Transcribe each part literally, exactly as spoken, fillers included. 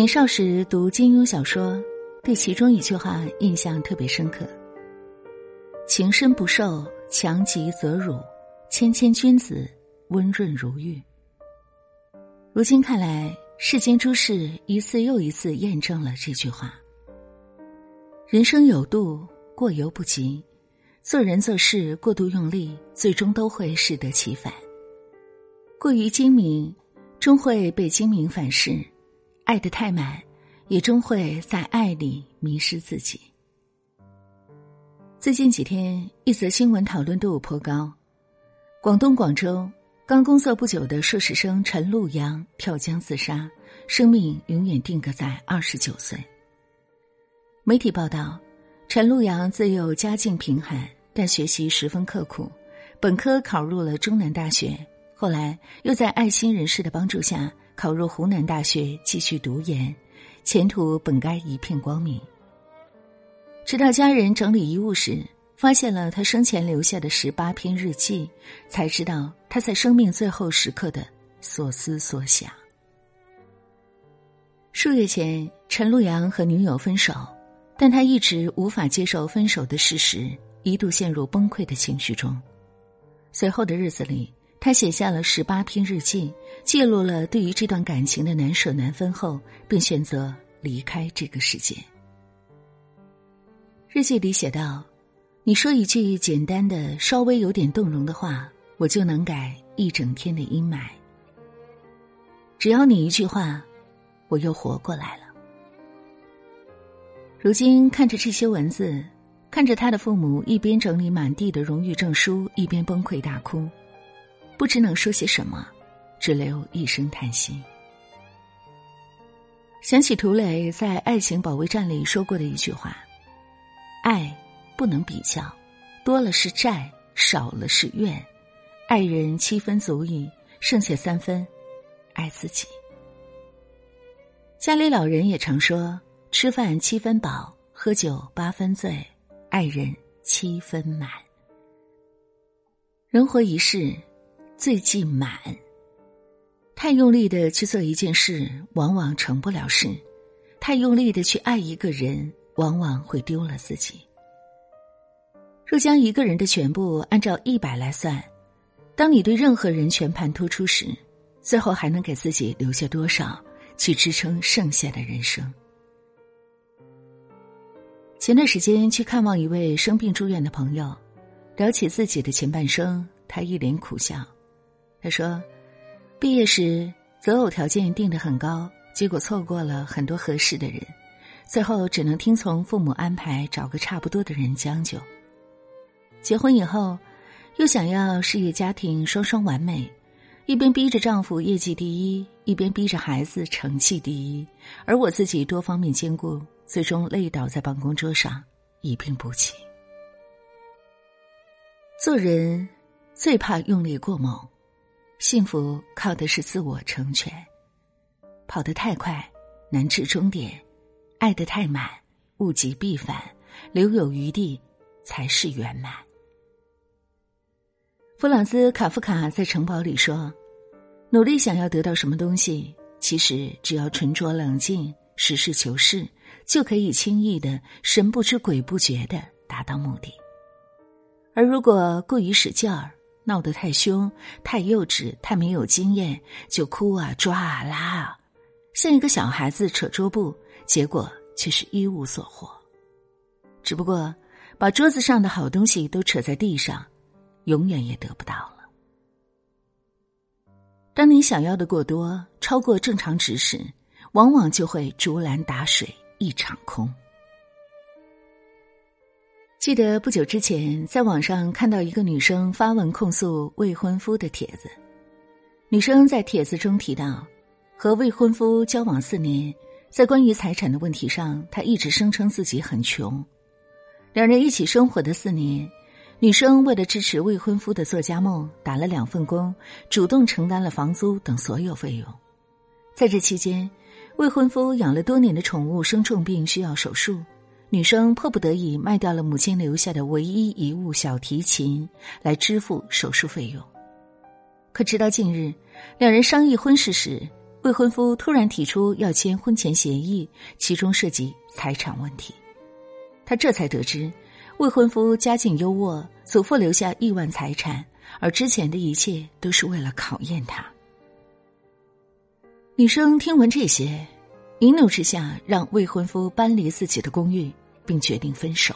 年少时读金庸小说，对其中一句话印象特别深刻：情深不寿，强极则辱，谦谦君子，温润如玉。如今看来，世间诸事一次又一次验证了这句话。人生有度，过犹不及，做人做事过度用力，最终都会适得其反。过于精明，终会被精明反噬；爱得太满，也终会在爱里迷失自己。最近几天，一则新闻讨论度颇高。广东广州刚工作不久的硕士生陈陆阳跳江自杀，生命永远定格在二十九岁。媒体报道，陈陆阳自幼家境贫寒，但学习十分刻苦，本科考入了中南大学，后来又在爱心人士的帮助下考入湖南大学继续读研，前途本该一片光明。直到家人整理遗物时，发现了他生前留下的十八篇日记，才知道他在生命最后时刻的所思所想。数月前，陈陆阳和女友分手，但他一直无法接受分手的事实，一度陷入崩溃的情绪中。随后的日子里，他写下了十八篇日记，记录了对于这段感情的难舍难分后，便选择离开这个世界。日记里写道：你说一句简单的稍微有点动容的话，我就能改一整天的阴霾。只要你一句话，我又活过来了。如今看着这些文字，看着他的父母一边整理满地的荣誉证书，一边崩溃大哭，不知能说些什么，只留一声叹息。想起涂磊在《爱情保卫战》里说过的一句话：爱不能比较，多了是债，少了是怨。爱人七分足矣，剩下三分爱自己。家里老人也常说，吃饭七分饱，喝酒八分醉，爱人七分满。人活一世，最忌满。太用力的去做一件事，往往成不了事；太用力的去爱一个人，往往会丢了自己。若将一个人的全部按照一百来算，当你对任何人全盘托出时，最后还能给自己留下多少去支撑剩下的人生？前段时间去看望一位生病住院的朋友，聊起自己的前半生，他一脸苦笑。他说，毕业时择偶条件定得很高，结果错过了很多合适的人，最后只能听从父母安排找个差不多的人将就。结婚以后，又想要事业家庭双双完美，一边逼着丈夫业绩第一，一边逼着孩子成绩第一，而我自己多方面兼顾，最终累倒在办公桌上，一病不起。做人最怕用力过猛，幸福靠的是自我成全。跑得太快，难至终点；爱得太满，物极必反，留有余地才是圆满。弗朗兹·卡夫卡在《城堡》里说，努力想要得到什么东西，其实只要沉着冷静，实事求是，就可以轻易的神不知鬼不觉的达到目的。而如果过于使劲儿，闹得太凶，太幼稚，太没有经验，就哭啊抓啊拉啊，像一个小孩子扯桌布，结果却是一无所获。只不过把桌子上的好东西都扯在地上，永远也得不到了。当你想要的过多，超过正常值时，往往就会竹篮打水一场空。记得不久之前在网上看到一个女生发文控诉未婚夫的帖子。女生在帖子中提到，和未婚夫交往四年，在关于财产的问题上，她一直声称自己很穷。两人一起生活的四年，女生为了支持未婚夫的作家梦，打了两份工，主动承担了房租等所有费用。在这期间，未婚夫养了多年的宠物生重病需要手术，女生迫不得已卖掉了母亲留下的唯一遗物小提琴来支付手术费用。可直到近日，两人商议婚事时， 未婚夫突然提出要签婚前协议，其中涉及财产问题。他这才得知，未婚夫家境优渥，祖父留下亿万财产，而之前的一切都是为了考验他。女生听闻这些，一怒之下让未婚夫搬离自己的公寓，并决定分手。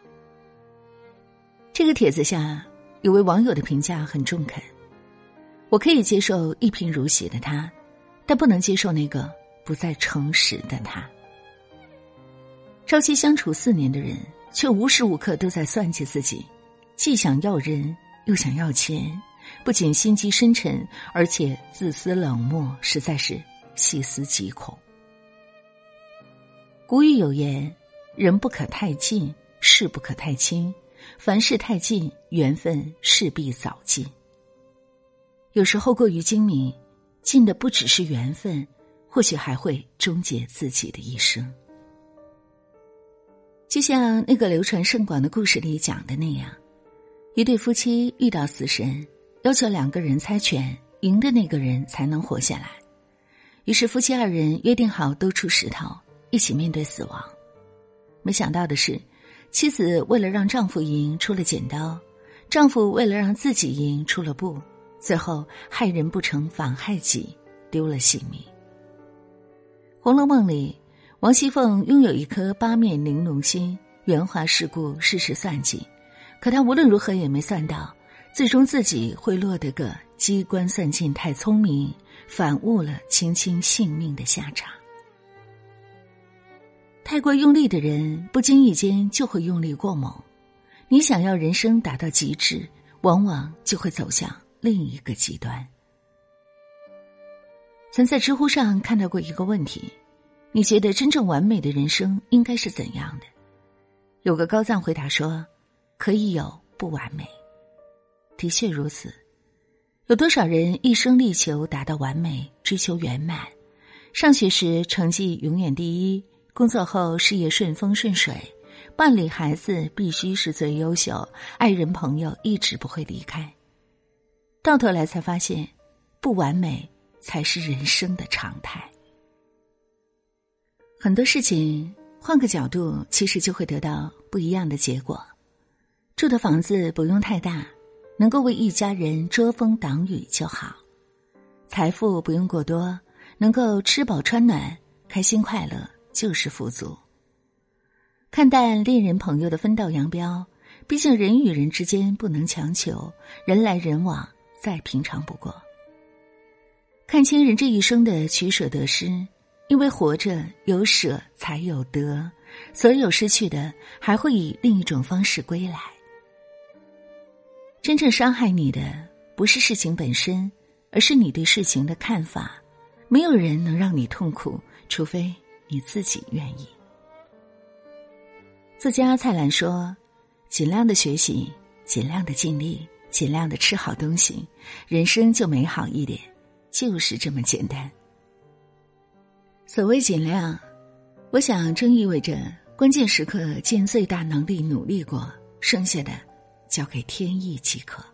这个帖子下有位网友的评价很中肯：我可以接受一贫如洗的他，但不能接受那个不再诚实的他。朝夕相处四年的人，却无时无刻都在算计自己，既想要人又想要钱，不仅心机深沉，而且自私冷漠，实在是细思极恐。古语有言：人不可太近，事不可太轻，凡事太近，缘分势必早尽。有时候过于精明，近的不只是缘分，或许还会终结自己的一生。就像那个流传甚广的故事里讲的那样，一对夫妻遇到死神，要求两个人猜拳，赢的那个人才能活下来。于是夫妻二人约定好都出石头，一起面对死亡。没想到的是，妻子为了让丈夫赢出了剪刀，丈夫为了让自己赢出了布，最后害人不成反害己，丢了性命。《红楼梦》里，王熙凤拥有一颗八面玲珑心，圆滑世故，事事算计，可她无论如何也没算到，最终自己会落得个机关算尽太聪明，反误了卿卿性命的下场。太过用力的人，不经意间就会用力过猛。你想要人生达到极致，往往就会走向另一个极端。曾在知乎上看到过一个问题：你觉得真正完美的人生应该是怎样的？有个高赞回答说，可以有不完美。的确如此，有多少人一生力求达到完美，追求圆满，上学时成绩永远第一，工作后事业顺风顺水，伴侣孩子必须是最优秀，爱人朋友一直不会离开。到头来才发现，不完美才是人生的常态。很多事情换个角度，其实就会得到不一样的结果。住的房子不用太大，能够为一家人遮风挡雨就好。财富不用过多，能够吃饱穿暖，开心快乐就是富足。看淡恋人朋友的分道扬镳，毕竟人与人之间不能强求，人来人往再平常不过。看清人这一生的取舍得失，因为活着有舍才有得，所有失去的还会以另一种方式归来。真正伤害你的不是事情本身，而是你对事情的看法。没有人能让你痛苦，除非你自己愿意。作家蔡澜说，尽量的学习，尽量的尽力，尽量的吃好东西，人生就美好一点，就是这么简单。所谓尽量，我想正意味着关键时刻尽最大能力努力过，剩下的交给天意即可。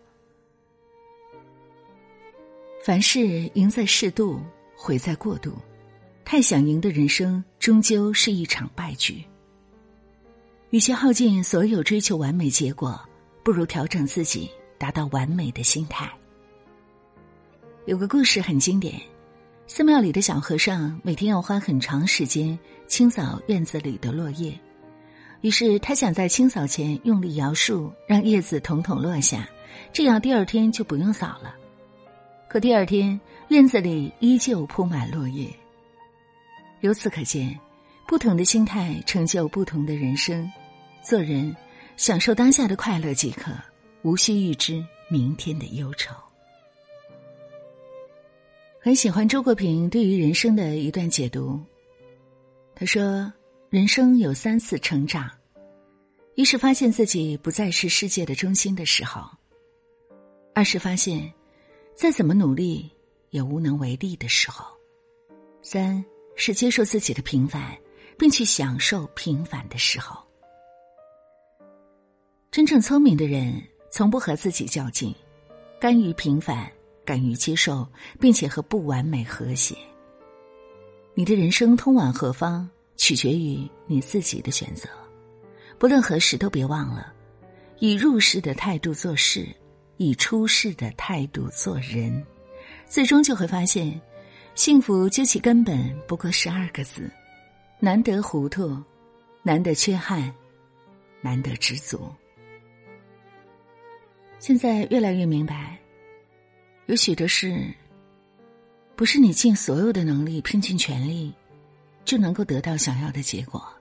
凡事赢在适度，毁在过度。太想赢的人生，终究是一场败局。与其耗尽所有追求完美结果，不如调整自己，达到完美的心态。有个故事很经典，寺庙里的小和尚每天要花很长时间清扫院子里的落叶，于是他想在清扫前用力摇树，让叶子统统落下，这样第二天就不用扫了。可第二天院子里依旧铺满落叶。由此可见，不同的心态成就不同的人生。做人享受当下的快乐即可，无需预知明天的忧愁。很喜欢周国平对于人生的一段解读。他说，人生有三次成长，一是发现自己不再是世界的中心的时候，二是发现再怎么努力也无能为力的时候，三是接受自己的平凡，并去享受平凡的时候。真正聪明的人从不和自己较劲，甘于平凡，敢于接受，并且和不完美和谐。 你的人生通往何方，取决于你自己的选择。不论何时都别忘了，以入世的态度做事，以出世的态度做人，最终就会发现，幸福究其根本不过十二个字：难得糊涂，难得缺憾，难得知足。现在越来越明白，有许多事不是你尽所有的能力拼尽全力就能够得到想要的结果。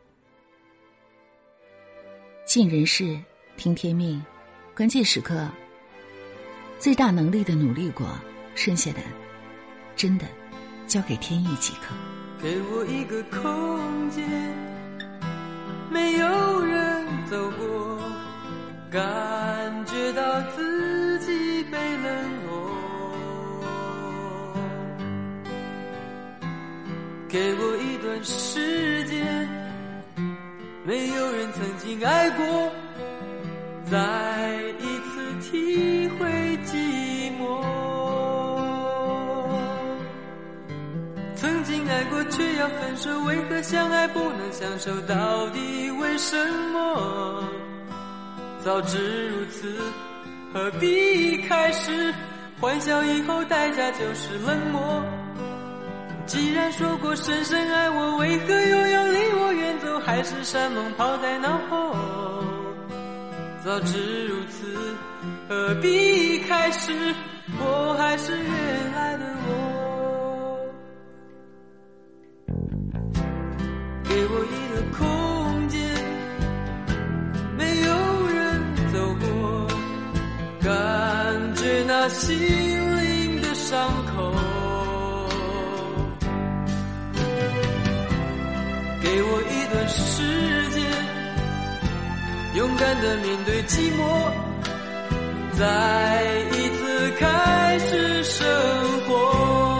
尽人事听天命，关键时刻最大能力的努力过，剩下的真的交给天意即可。 给我一个空间，没有人走过，感觉到自己被冷落。给我一段时间，没有人曾经爱过，再一次体会寂寞。曾经爱过却要分手，为何相爱不能相守？到底为什么？早知如此，何必开始？欢笑以后代价就是冷漠。既然说过深深爱我，为何又要离我远走？还是山盟抛在脑后。早知如此，何必开始？我还是原来的我。给我一个空间，没有人走过，感觉那心灵的伤口。给我一段时间，勇敢地面对寂寞，再一次开始生活。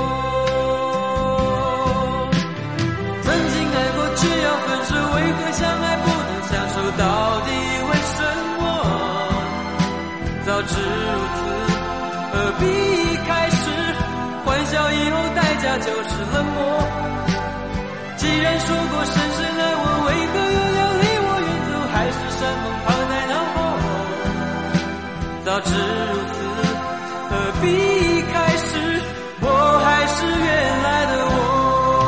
曾经爱过却要分手，为何相爱不能相守？到底为什么？早知如此，何必开始？欢笑以后代价就是冷漠。既然说过深深爱我，为何又要离我远走？还是山盟抛在脑后。早知如此，何必开始？我还是原来的我。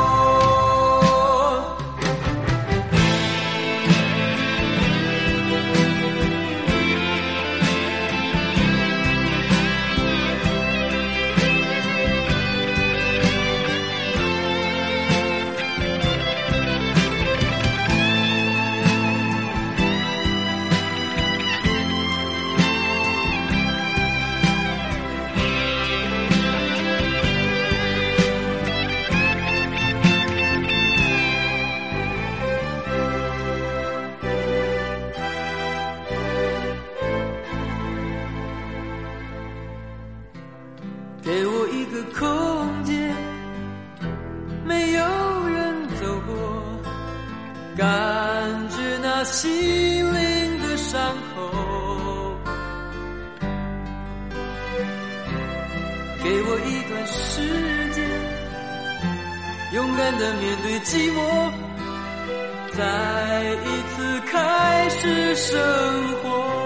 给我一个空间，没有人走过，感觉那心灵的伤口。给我一段时间，勇敢地面对寂寞，再一次开始生活。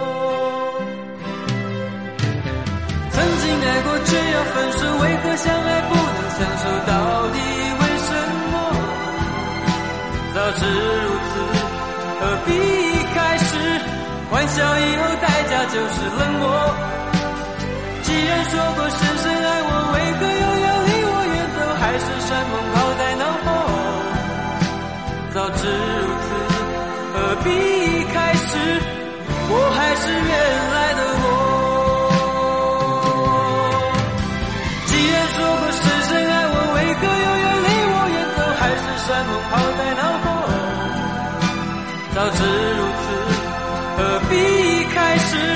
曾经爱过却要分手，为何相爱不能相守？到底为什么？早知如此，何必开始？欢笑以后代价就是冷漠。既然说过深深爱我，为何又要离我远走？还是山盟抛在脑后。早知如此，何必开始？我还是原来的我。山盟抛在脑后，早知如此，何必开始？